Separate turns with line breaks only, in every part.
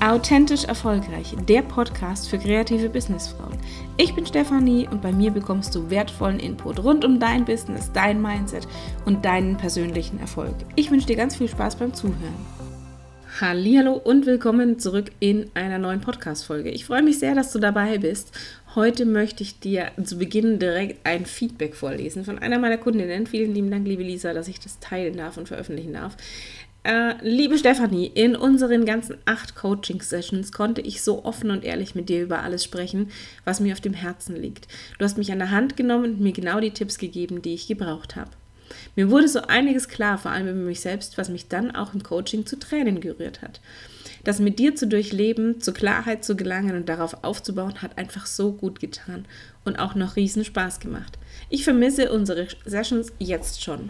Authentisch erfolgreich, der Podcast für kreative Businessfrauen. Ich bin Stefanie und bei mir bekommst du wertvollen Input rund um dein Business, dein Mindset und deinen persönlichen Erfolg. Ich wünsche dir ganz viel Spaß beim Zuhören. Hallihallo und willkommen zurück in einer neuen Podcast-Folge. Ich freue mich sehr, dass du dabei bist. Heute möchte ich dir zu Beginn direkt ein Feedback vorlesen von einer meiner Kundinnen. Vielen lieben Dank, liebe Lisa, dass ich das teilen darf und veröffentlichen darf. Liebe Stefanie, in unseren ganzen 8 Coaching-Sessions konnte ich so offen und ehrlich mit dir über alles sprechen, was mir auf dem Herzen liegt. Du hast mich an der Hand genommen und mir genau die Tipps gegeben, die ich gebraucht habe. Mir wurde so einiges klar, vor allem über mich selbst, was mich dann auch im Coaching zu Tränen gerührt hat. Das mit dir zu durchleben, zur Klarheit zu gelangen und darauf aufzubauen, hat einfach so gut getan und auch noch riesen Spaß gemacht. Ich vermisse unsere Sessions jetzt schon.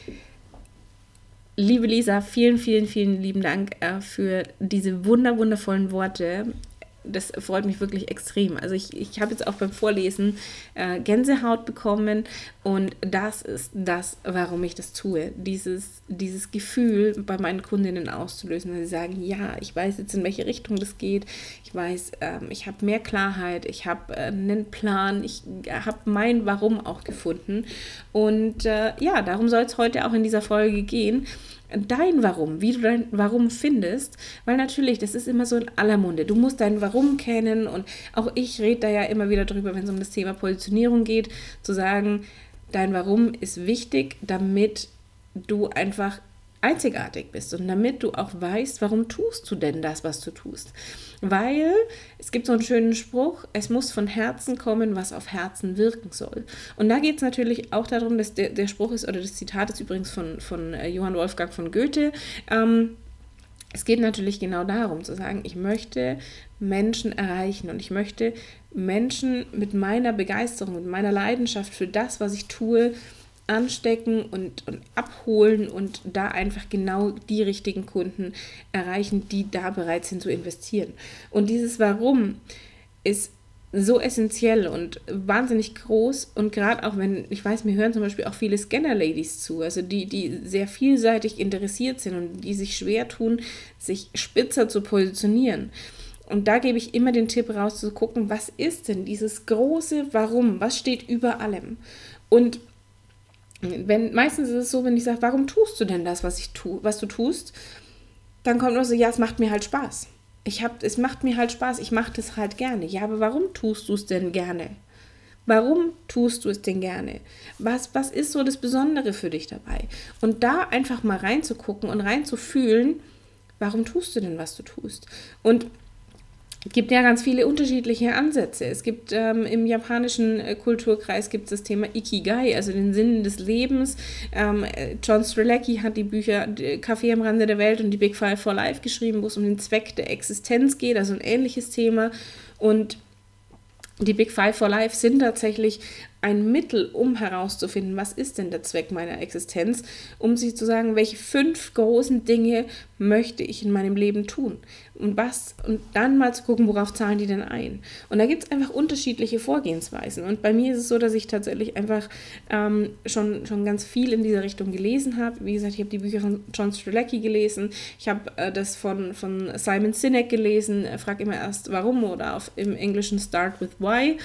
Liebe Lisa, vielen, vielen, vielen lieben Dank für diese wundervollen Worte. Das freut mich wirklich extrem. Also ich habe jetzt auch beim Vorlesen Gänsehaut bekommen und das ist das, warum ich das tue. Dieses Gefühl bei meinen Kundinnen auszulösen, dass sie sagen, ja, ich weiß jetzt, in welche Richtung das geht. Ich weiß, ich habe mehr Klarheit, ich habe einen Plan, ich habe mein Warum auch gefunden. Und darum soll es heute auch in dieser Folge gehen. Dein Warum, wie du dein Warum findest, weil natürlich, das ist immer so in aller Munde, du musst dein Warum kennen und auch ich rede da ja immer wieder drüber, wenn es um das Thema Positionierung geht, zu sagen, dein Warum ist wichtig, damit du einfach einzigartig bist und damit du auch weißt, warum tust du denn das, was du tust. Weil es gibt so einen schönen Spruch, es muss von Herzen kommen, was auf Herzen wirken soll. Und da geht es natürlich auch darum, dass der Spruch ist, oder das Zitat ist übrigens von Johann Wolfgang von Goethe, es geht natürlich genau darum, zu sagen, ich möchte Menschen erreichen und ich möchte Menschen mit meiner Begeisterung, mit meiner Leidenschaft für das, was ich tue, anstecken und abholen und da einfach genau die richtigen Kunden erreichen, die da bereit sind zu investieren. Und dieses Warum ist so essentiell und wahnsinnig groß und gerade auch wenn, ich weiß, mir hören zum Beispiel auch viele Scanner-Ladies zu, also die sehr vielseitig interessiert sind und die sich schwer tun, sich spitzer zu positionieren. Und da gebe ich immer den Tipp raus, zu gucken, was ist denn dieses große Warum, was steht über allem? Und meistens ist es so, wenn ich sage, warum tust du denn das, was du tust, dann kommt nur so, ja, es macht mir halt Spaß. Es macht mir halt Spaß, ich mache das halt gerne. Ja, aber warum tust du es denn gerne? Warum tust du es denn gerne? Was ist so das Besondere für dich dabei? Und da einfach mal reinzugucken und reinzufühlen, warum tust du denn, was du tust? Und es gibt ja ganz viele unterschiedliche Ansätze. Es gibt im japanischen Kulturkreis gibt es das Thema Ikigai, also den Sinn des Lebens. John Strzelecki hat die Bücher Kaffee am Rande der Welt und die Big Five for Life geschrieben, wo es um den Zweck der Existenz geht, also ein ähnliches Thema. Und die Big Five for Life sind tatsächlich ein Mittel, um herauszufinden, was ist denn der Zweck meiner Existenz, um sich zu sagen, welche 5 großen Dinge möchte ich in meinem Leben tun und dann mal zu gucken, worauf zahlen die denn ein. Und da gibt es einfach unterschiedliche Vorgehensweisen und bei mir ist es so, dass ich tatsächlich einfach schon ganz viel in dieser Richtung gelesen habe. Wie gesagt, ich habe die Bücher von John Strzelecki gelesen, ich habe das von Simon Sinek gelesen, frag immer erst warum oder im Englischen Start with Why.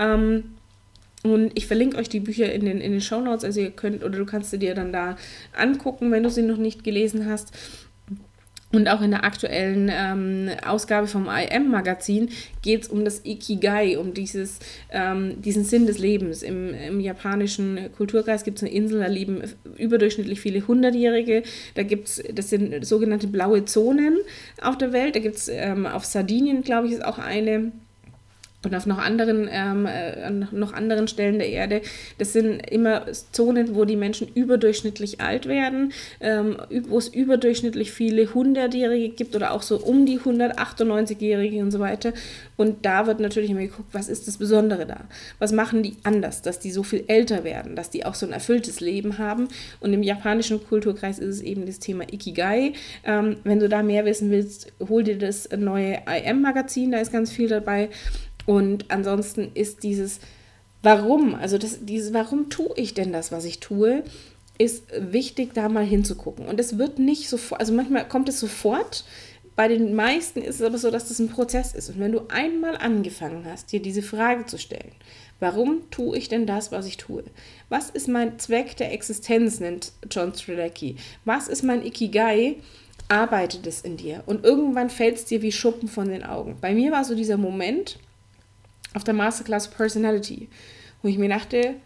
Und ich verlinke euch die Bücher in den Shownotes, also ihr könnt oder du kannst sie dir dann da angucken, wenn du sie noch nicht gelesen hast. Und auch in der aktuellen Ausgabe vom IM-Magazin geht es um das Ikigai, um diesen Sinn des Lebens. Im japanischen Kulturkreis gibt es eine Insel, da leben überdurchschnittlich viele 100-Jährige. Das sind sogenannte blaue Zonen auf der Welt. Da gibt es auf Sardinien, glaube ich, ist auch eine. Und auf noch anderen Stellen der Erde. Das sind immer Zonen, wo die Menschen überdurchschnittlich alt werden, wo es überdurchschnittlich viele 100-Jährige gibt oder auch so um die 198-Jährige und so weiter. Und da wird natürlich immer geguckt, was ist das Besondere da? Was machen die anders, dass die so viel älter werden, dass die auch so ein erfülltes Leben haben? Und im japanischen Kulturkreis ist es eben das Thema Ikigai. Wenn du da mehr wissen willst, hol dir das neue IM-Magazin, da ist ganz viel dabei. Und ansonsten ist dieses Warum, also warum tue ich denn das, was ich tue, ist wichtig, da mal hinzugucken. Und es wird nicht sofort, also manchmal kommt es sofort, Bei den meisten ist es aber so, dass das ein Prozess ist. Und wenn du einmal angefangen hast, dir diese Frage zu stellen, warum tue ich denn das, was ich tue? Was ist mein Zweck der Existenz, nennt John Strzelecki? Was ist mein Ikigai? Arbeitet es in dir. Und irgendwann fällt es dir wie Schuppen von den Augen. Bei mir war so dieser Moment auf der Masterclass Personality, wo ich mir dachte,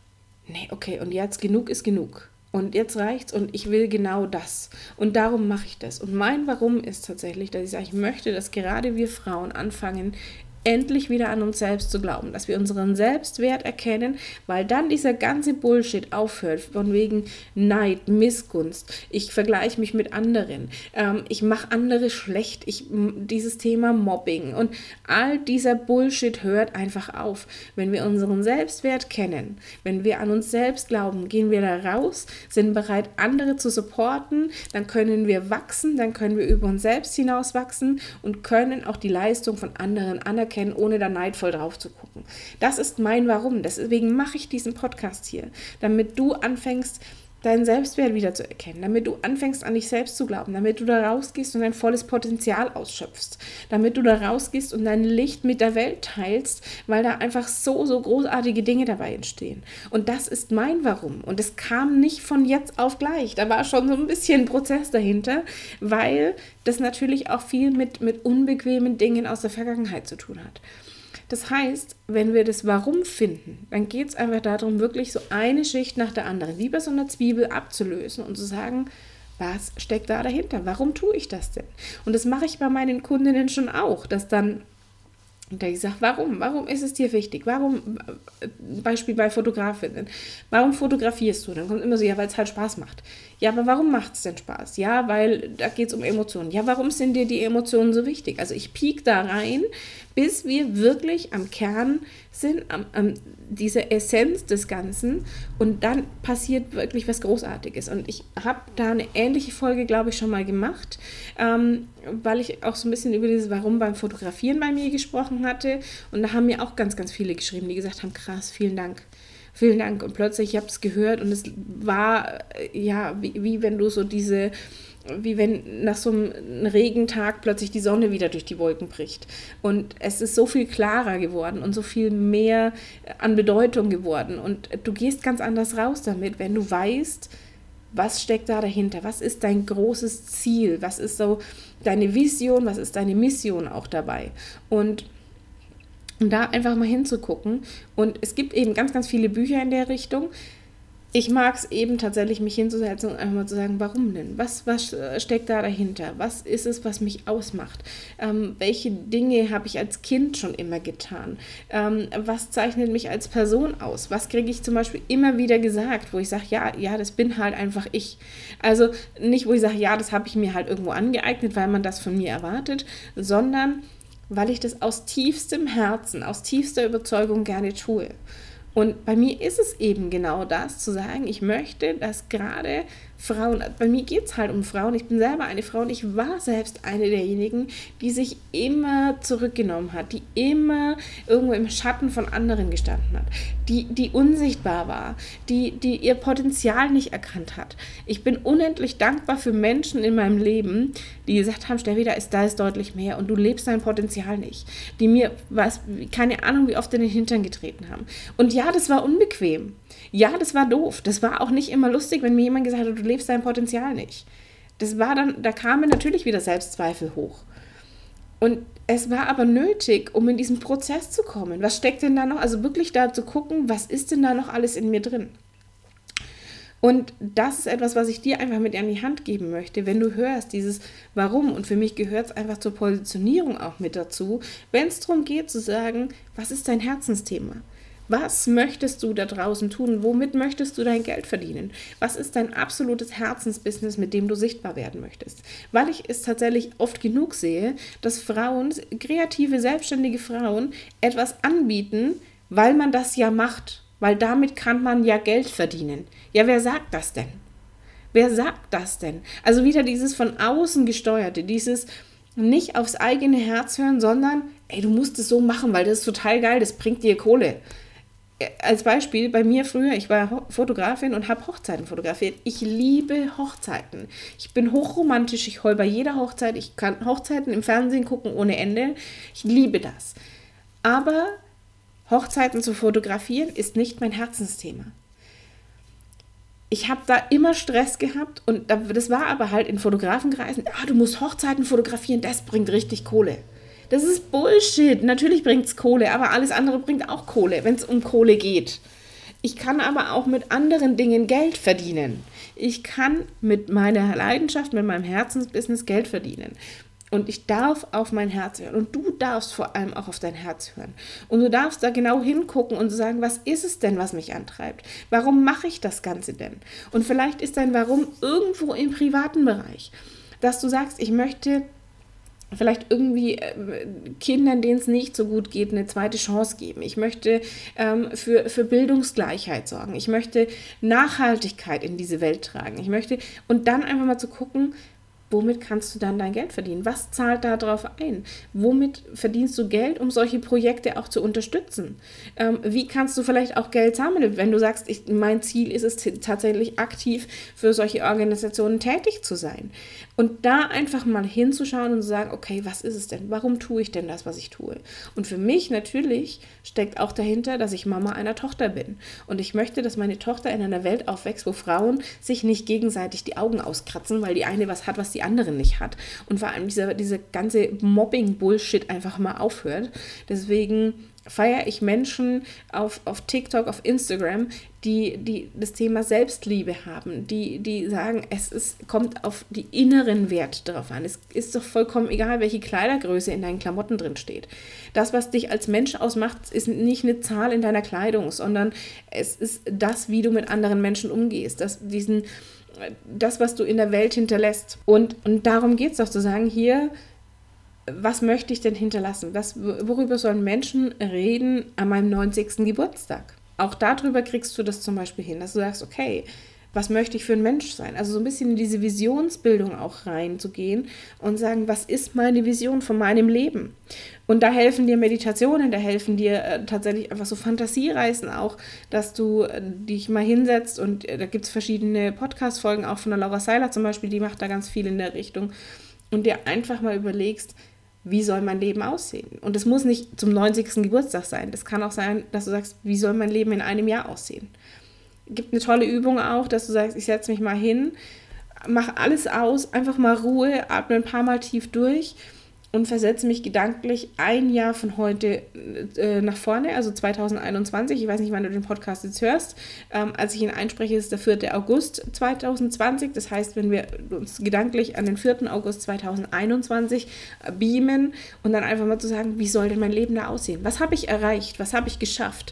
nee, okay, und jetzt genug ist genug. Und jetzt reicht's und ich will genau das. Und darum mache ich das. Und mein Warum ist tatsächlich, dass ich sage, ich möchte, dass gerade wir Frauen anfangen, endlich wieder an uns selbst zu glauben, dass wir unseren Selbstwert erkennen, weil dann dieser ganze Bullshit aufhört, von wegen Neid, Missgunst, ich vergleiche mich mit anderen, ich mache andere schlecht, dieses Thema Mobbing und all dieser Bullshit hört einfach auf. Wenn wir unseren Selbstwert kennen, wenn wir an uns selbst glauben, gehen wir da raus, sind bereit, andere zu supporten, dann können wir wachsen, dann können wir über uns selbst hinaus wachsen und können auch die Leistung von anderen anerkennen, ohne da neidvoll drauf zu gucken. Das ist mein Warum. Deswegen mache ich diesen Podcast hier, damit du anfängst, deinen Selbstwert wieder zu erkennen, damit du anfängst, an dich selbst zu glauben, damit du da rausgehst und dein volles Potenzial ausschöpfst, damit du da rausgehst und dein Licht mit der Welt teilst, weil da einfach so großartige Dinge dabei entstehen. Und das ist mein Warum. Und es kam nicht von jetzt auf gleich. Da war schon so ein bisschen ein Prozess dahinter, weil das natürlich auch viel mit unbequemen Dingen aus der Vergangenheit zu tun hat. Das heißt, wenn wir das Warum finden, dann geht es einfach darum, wirklich so eine Schicht nach der anderen, wie bei so einer Zwiebel abzulösen und zu sagen, was steckt da dahinter? Warum tue ich das denn? Und das mache ich bei meinen Kundinnen schon auch, dass dann ich sage, warum? Warum ist es dir wichtig? Warum, Beispiel bei Fotografinnen, warum fotografierst du? Dann kommt immer so, ja, weil es halt Spaß macht. Ja, aber warum macht es denn Spaß? Ja, weil da geht es um Emotionen. Ja, warum sind dir die Emotionen so wichtig? Also ich piek da rein, bis wir wirklich am Kern sind, diese Essenz des Ganzen und dann passiert wirklich was Großartiges. Und ich habe da eine ähnliche Folge, glaube ich, schon mal gemacht, weil ich auch so ein bisschen über dieses Warum beim Fotografieren bei mir gesprochen hatte und da haben mir auch ganz, ganz viele geschrieben, die gesagt haben, krass, vielen Dank. Vielen Dank. Und plötzlich, ich habe es gehört und es war, ja, wie wenn du so wie wenn nach so einem Regentag plötzlich die Sonne wieder durch die Wolken bricht. Und es ist so viel klarer geworden und so viel mehr an Bedeutung geworden. Und du gehst ganz anders raus damit, wenn du weißt, was steckt da dahinter? Was ist dein großes Ziel? Was ist so deine Vision? Was ist deine Mission auch dabei? Und da einfach mal hinzugucken. Und es gibt eben ganz, ganz viele Bücher in der Richtung. Ich mag es eben tatsächlich, mich hinzusetzen und einfach mal zu sagen, warum denn? Was steckt da dahinter? Was ist es, was mich ausmacht? Welche Dinge habe ich als Kind schon immer getan? Was zeichnet mich als Person aus? Was kriege ich zum Beispiel immer wieder gesagt, wo ich sage, ja, das bin halt einfach ich. Also nicht, wo ich sage, ja, das habe ich mir halt irgendwo angeeignet, weil man das von mir erwartet, sondern weil ich das aus tiefstem Herzen, aus tiefster Überzeugung gerne tue. Und bei mir ist es eben genau das, zu sagen, ich möchte, dass gerade Frauen, bei mir geht es halt um Frauen, ich bin selber eine Frau und ich war selbst eine derjenigen, die sich immer zurückgenommen hat, die immer irgendwo im Schatten von anderen gestanden hat, die unsichtbar war, die ihr Potenzial nicht erkannt hat. Ich bin unendlich dankbar für Menschen in meinem Leben, die gesagt haben, Steffi, da ist deutlich mehr und du lebst dein Potenzial nicht, die mir, keine Ahnung, wie oft in den Hintern getreten haben. Und ja, das war unbequem. Ja, das war doof. Das war auch nicht immer lustig, wenn mir jemand gesagt hat, du lebst dein Potenzial nicht. Da kamen natürlich wieder Selbstzweifel hoch. Und es war aber nötig, um in diesen Prozess zu kommen. Was steckt denn da noch? Also wirklich da zu gucken, was ist denn da noch alles in mir drin? Und das ist etwas, was ich dir einfach mit an die Hand geben möchte, wenn du hörst, dieses Warum. Und für mich gehört es einfach zur Positionierung auch mit dazu, wenn es darum geht zu sagen, was ist dein Herzensthema? Was möchtest du da draußen tun? Womit möchtest du dein Geld verdienen? Was ist dein absolutes Herzensbusiness, mit dem du sichtbar werden möchtest? Weil ich es tatsächlich oft genug sehe, dass Frauen, kreative, selbstständige Frauen, etwas anbieten, weil man das ja macht. Weil damit kann man ja Geld verdienen. Ja, wer sagt das denn? Wer sagt das denn? Also wieder dieses von außen gesteuerte, dieses nicht aufs eigene Herz hören, sondern, ey, du musst es so machen, weil das ist total geil, das bringt dir Kohle. als Beispiel, bei mir früher, ich war Fotografin und habe Hochzeiten fotografiert. Ich liebe Hochzeiten. Ich bin hochromantisch, ich heul bei jeder Hochzeit. Ich kann Hochzeiten im Fernsehen gucken ohne Ende. Ich liebe das. Aber Hochzeiten zu fotografieren ist nicht mein Herzensthema. Ich habe da immer Stress gehabt und das war aber halt in Fotografenkreisen, du musst Hochzeiten fotografieren, das bringt richtig Kohle. Das ist Bullshit. Natürlich bringt es Kohle, aber alles andere bringt auch Kohle, wenn es um Kohle geht. Ich kann aber auch mit anderen Dingen Geld verdienen. Ich kann mit meiner Leidenschaft, mit meinem Herzensbusiness Geld verdienen. Und ich darf auf mein Herz hören. Und du darfst vor allem auch auf dein Herz hören. Und du darfst da genau hingucken und sagen, was ist es denn, was mich antreibt? Warum mache ich das Ganze denn? Und vielleicht ist dein Warum irgendwo im privaten Bereich. Dass du sagst, ich möchte vielleicht irgendwie Kindern, denen es nicht so gut geht, eine zweite Chance geben. Ich möchte für Bildungsgleichheit sorgen. Ich möchte Nachhaltigkeit in diese Welt tragen. Und dann einfach mal zu gucken, womit kannst du dann dein Geld verdienen? Was zahlt da drauf ein? Womit verdienst du Geld, um solche Projekte auch zu unterstützen? Wie kannst du vielleicht auch Geld sammeln, wenn du sagst, mein Ziel ist es tatsächlich aktiv für solche Organisationen tätig zu sein? Und da einfach mal hinzuschauen und zu sagen, okay, was ist es denn? Warum tue ich denn das, was ich tue? Und für mich natürlich steckt auch dahinter, dass ich Mama einer Tochter bin. Und ich möchte, dass meine Tochter in einer Welt aufwächst, wo Frauen sich nicht gegenseitig die Augen auskratzen, weil die eine was hat, was die andere nicht hat. Und vor allem diese ganze Mobbing-Bullshit einfach mal aufhört. Deswegen feiere ich Menschen auf TikTok, auf Instagram, die das Thema Selbstliebe haben, die sagen, kommt auf die inneren Werte drauf an. Es ist doch vollkommen egal, welche Kleidergröße in deinen Klamotten drin steht. Das, was dich als Mensch ausmacht, ist nicht eine Zahl in deiner Kleidung, sondern es ist das, wie du mit anderen Menschen umgehst, das, was du in der Welt hinterlässt. Und darum geht es doch zu sagen, hier, was möchte ich denn hinterlassen? Worüber sollen Menschen reden an meinem 90. Geburtstag? Auch darüber kriegst du das zum Beispiel hin, dass du sagst, okay, was möchte ich für ein Mensch sein? Also so ein bisschen in diese Visionsbildung auch reinzugehen und sagen, was ist meine Vision von meinem Leben? Und da helfen dir Meditationen, da helfen dir tatsächlich einfach so Fantasiereisen auch, dass du dich mal hinsetzt und da gibt es verschiedene Podcast-Folgen, auch von der Laura Seiler zum Beispiel, die macht da ganz viel in der Richtung und dir einfach mal überlegst, wie soll mein Leben aussehen? Und es muss nicht zum 90. Geburtstag sein. Das kann auch sein, dass du sagst, wie soll mein Leben in einem Jahr aussehen? Es gibt eine tolle Übung auch, dass du sagst, ich setze mich mal hin, mache alles aus, einfach mal Ruhe, atme ein paar Mal tief durch und versetze mich gedanklich ein Jahr von heute nach vorne, also 2021. Ich weiß nicht, wann du den Podcast jetzt hörst. Als ich ihn einspreche, ist der 4. August 2020. Das heißt, wenn wir uns gedanklich an den 4. August 2021 beamen und dann einfach mal zu sagen, wie soll denn mein Leben da aussehen? Was habe ich erreicht? Was habe ich geschafft?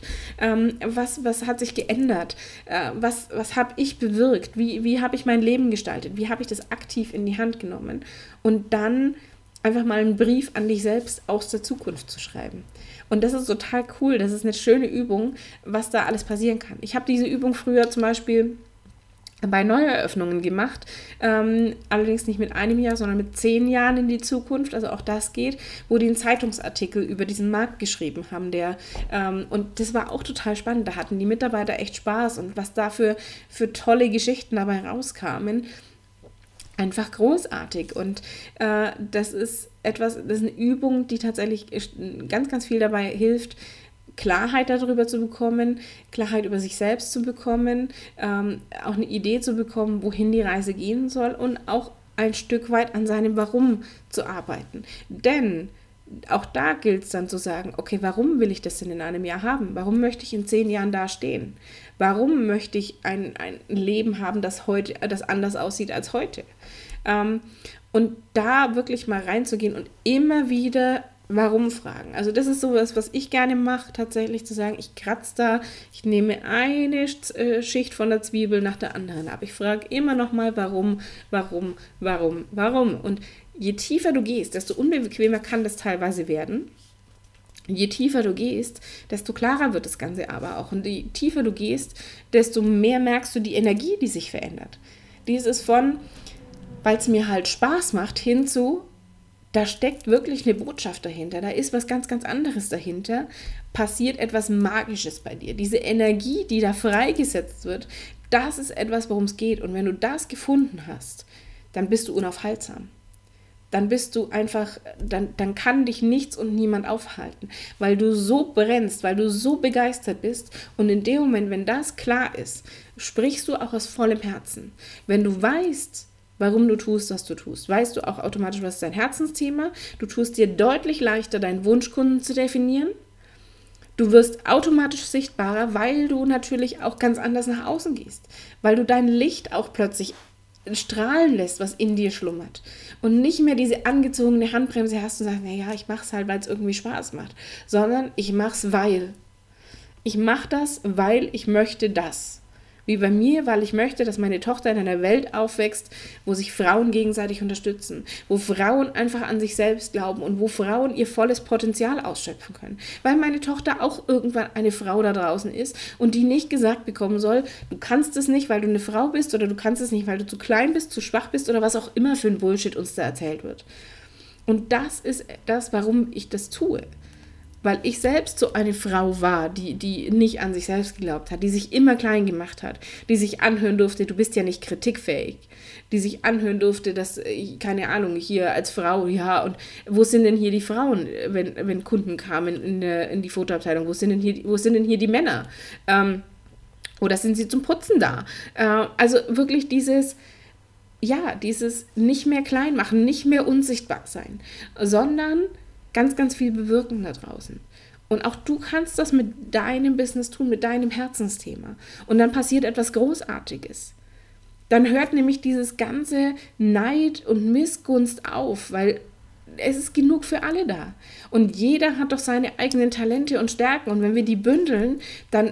Was hat sich geändert? Was habe ich bewirkt? Wie habe ich mein Leben gestaltet? Wie habe ich das aktiv in die Hand genommen? Und dann einfach mal einen Brief an dich selbst aus der Zukunft zu schreiben. Und das ist total cool. Das ist eine schöne Übung, was da alles passieren kann. Ich habe diese Übung früher zum Beispiel bei Neueröffnungen gemacht, allerdings nicht mit einem Jahr, sondern mit 10 Jahren in die Zukunft, also auch das geht, wo die einen Zeitungsartikel über diesen Markt geschrieben haben, und das war auch total spannend, da hatten die Mitarbeiter echt Spaß und was da für tolle Geschichten dabei rauskamen, einfach großartig und das ist eine Übung, die tatsächlich ganz, ganz viel dabei hilft, Klarheit darüber zu bekommen, Klarheit über sich selbst zu bekommen, auch eine Idee zu bekommen, wohin die Reise gehen soll und auch ein Stück weit an seinem Warum zu arbeiten. Denn auch da gilt es dann zu sagen, okay, warum will ich das denn in einem Jahr haben? Warum möchte ich in 10 Jahren da stehen? Warum möchte ich ein Leben haben, das anders aussieht als heute? Und da wirklich mal reinzugehen und immer wieder warum fragen. Also das ist sowas, was ich gerne mache, tatsächlich zu sagen, ich kratze da, ich nehme eine Schicht von der Zwiebel nach der anderen ab. Ich frage immer noch mal, warum. Und je tiefer du gehst, desto unbequemer kann das teilweise werden. Je tiefer du gehst, desto klarer wird das Ganze aber auch. Und je tiefer du gehst, desto mehr merkst du die Energie, die sich verändert. Dieses weil es mir halt Spaß macht, hinzu, da steckt wirklich eine Botschaft dahinter, da ist was ganz, ganz anderes dahinter, passiert etwas Magisches bei dir. Diese Energie, die da freigesetzt wird, das ist etwas, worum es geht. Und wenn du das gefunden hast, dann bist du unaufhaltsam. Dann bist du einfach, dann kann dich nichts und niemand aufhalten, weil du so brennst, weil du so begeistert bist. Und in dem Moment, wenn das klar ist, sprichst du auch aus vollem Herzen. Wenn du weißt, warum du tust, was du tust, weißt du auch automatisch, was ist dein Herzensthema. Du tust dir deutlich leichter, deinen Wunschkunden zu definieren. Du wirst automatisch sichtbarer, weil du natürlich auch ganz anders nach außen gehst, weil du dein Licht auch plötzlich strahlen lässt, was in dir schlummert und nicht mehr diese angezogene Handbremse hast und sagst, naja, ich mach's halt, weil es irgendwie Spaß macht, sondern ich mach's, weil. Ich mache das, weil ich möchte das. Wie bei mir, weil ich möchte, dass meine Tochter in einer Welt aufwächst, wo sich Frauen gegenseitig unterstützen, wo Frauen einfach an sich selbst glauben und wo Frauen ihr volles Potenzial ausschöpfen können. Weil meine Tochter auch irgendwann eine Frau da draußen ist und die nicht gesagt bekommen soll, du kannst es nicht, weil du eine Frau bist oder du kannst es nicht, weil du zu klein bist, zu schwach bist oder was auch immer für ein Bullshit uns da erzählt wird. Und das ist das, warum ich das tue. Weil ich selbst so eine Frau war, die nicht an sich selbst geglaubt hat, die sich immer klein gemacht hat, die sich anhören durfte, du bist ja nicht kritikfähig, die sich anhören durfte, dass, keine Ahnung, hier als Frau, ja, und wo sind denn hier die Frauen, wenn Kunden kamen in die Fotoabteilung, wo sind denn hier die Männer? Oder sind sie zum Putzen da? Also wirklich dieses nicht mehr klein machen, nicht mehr unsichtbar sein, sondern ganz, ganz viel bewirken da draußen. Und auch du kannst das mit deinem Business tun, mit deinem Herzensthema. Und dann passiert etwas Großartiges. Dann hört nämlich dieses ganze Neid und Missgunst auf, weil es ist genug für alle da. Und jeder hat doch seine eigenen Talente und Stärken. Und wenn wir die bündeln, dann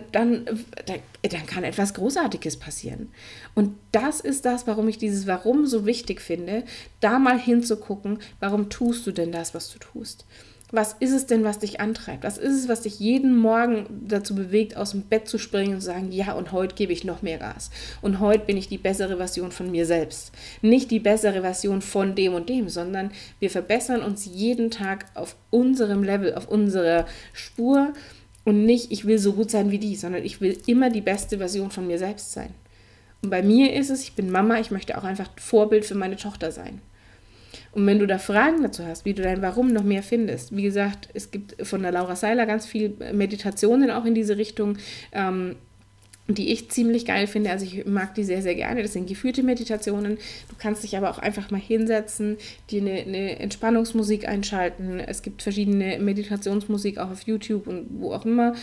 kann etwas Großartiges passieren. Und das ist das, warum ich dieses Warum so wichtig finde, da mal hinzugucken, warum tust du denn das, was du tust? Was ist es denn, was dich antreibt? Was ist es, was dich jeden Morgen dazu bewegt, aus dem Bett zu springen und zu sagen, ja, und heute gebe ich noch mehr Gas. Und heute bin ich die bessere Version von mir selbst. Nicht die bessere Version von dem und dem, sondern wir verbessern uns jeden Tag auf unserem Level, auf unserer Spur. Und nicht, ich will so gut sein wie die, sondern ich will immer die beste Version von mir selbst sein. Und bei mir ist es, ich bin Mama, ich möchte auch einfach Vorbild für meine Tochter sein. Und wenn du da Fragen dazu hast, wie du dein Warum noch mehr findest, wie gesagt, es gibt von der Laura Seiler ganz viele Meditationen auch in diese Richtung, die ich ziemlich geil finde. Also ich mag die sehr, sehr gerne. Das sind geführte Meditationen. Du kannst dich aber auch einfach mal hinsetzen, dir eine Entspannungsmusik einschalten. Es gibt verschiedene Meditationsmusik auch auf YouTube und wo auch immer.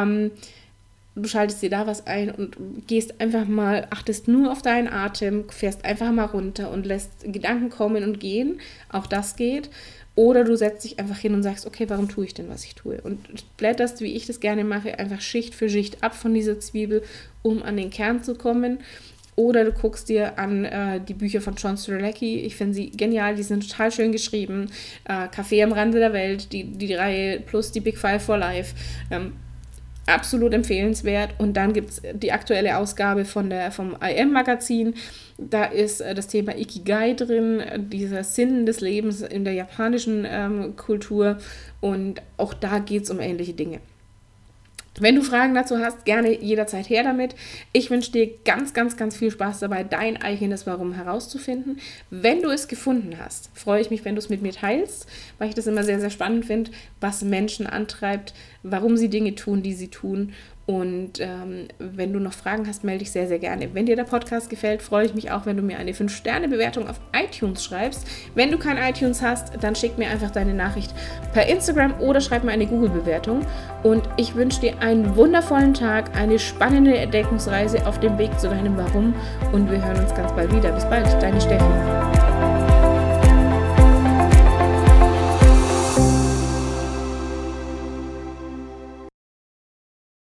Du schaltest dir da was ein und gehst einfach mal, achtest nur auf deinen Atem, fährst einfach mal runter und lässt Gedanken kommen und gehen. Auch das geht. Oder du setzt dich einfach hin und sagst, okay, warum tue ich denn, was ich tue? Und blätterst, wie ich das gerne mache, einfach Schicht für Schicht ab von dieser Zwiebel, um an den Kern zu kommen. Oder du guckst dir an die Bücher von John Strzelecki. Ich finde sie genial, die sind total schön geschrieben. Café am Rande der Welt, die Reihe plus die Big Five for Life. Absolut empfehlenswert. Und dann gibt es die aktuelle Ausgabe vom IM-Magazin. Da ist das Thema Ikigai drin, dieser Sinn des Lebens in der japanischen Kultur. Und auch da geht es um ähnliche Dinge. Wenn du Fragen dazu hast, gerne jederzeit her damit. Ich wünsche dir ganz, ganz, ganz viel Spaß dabei, dein eigenes Warum herauszufinden. Wenn du es gefunden hast, freue ich mich, wenn du es mit mir teilst, weil ich das immer sehr, sehr spannend finde, was Menschen antreibt, warum sie Dinge tun, die sie tun. Und wenn du noch Fragen hast, melde dich sehr, sehr gerne. Wenn dir der Podcast gefällt, freue ich mich auch, wenn du mir eine 5-Sterne-Bewertung auf iTunes schreibst. Wenn du kein iTunes hast, dann schick mir einfach deine Nachricht per Instagram oder schreib mir eine Google-Bewertung. Und ich wünsche dir einen wundervollen Tag, eine spannende Entdeckungsreise auf dem Weg zu deinem Warum. Und wir hören uns ganz bald wieder. Bis bald, deine Steffi.